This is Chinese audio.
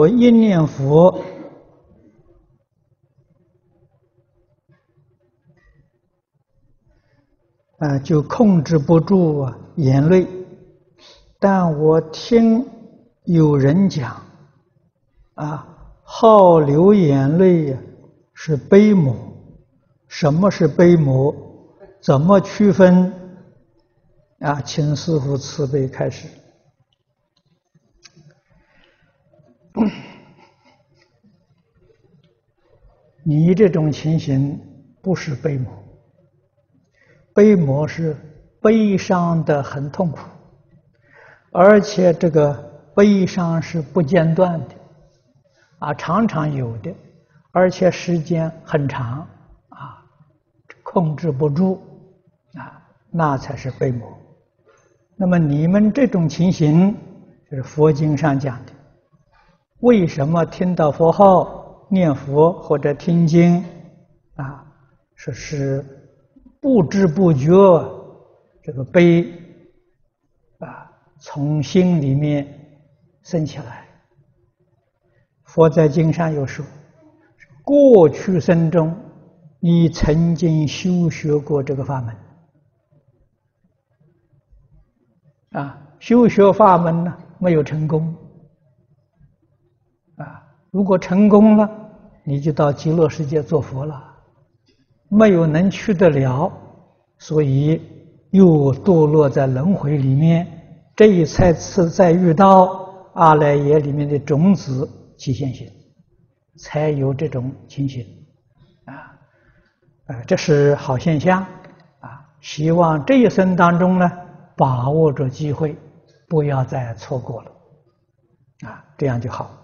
我一念佛，就控制不住眼泪，但我听有人讲，好流眼泪是悲魔。什么是悲魔？怎么区分？请师父慈悲开示。你这种情形不是悲魔，悲魔是悲伤的很痛苦，而且这个悲伤是不间断的，常常有的，而且时间很长，控制不住，那才是悲魔。那么你们这种情形，就是佛经上讲的，为什么听到佛号念佛或者听经，说是不知不觉这个悲从心里面生起来。佛在经上有说，过去生中你曾经修学过这个法门，修学法门呢没有成功，如果成功了，你就到极乐世界做佛了，没有能去得了，所以又堕落在轮回里面。这一次再遇到阿赖耶里面的种子起现行，才有这种情形，这是好现象，希望这一生当中呢，把握着机会，不要再错过了，这样就好。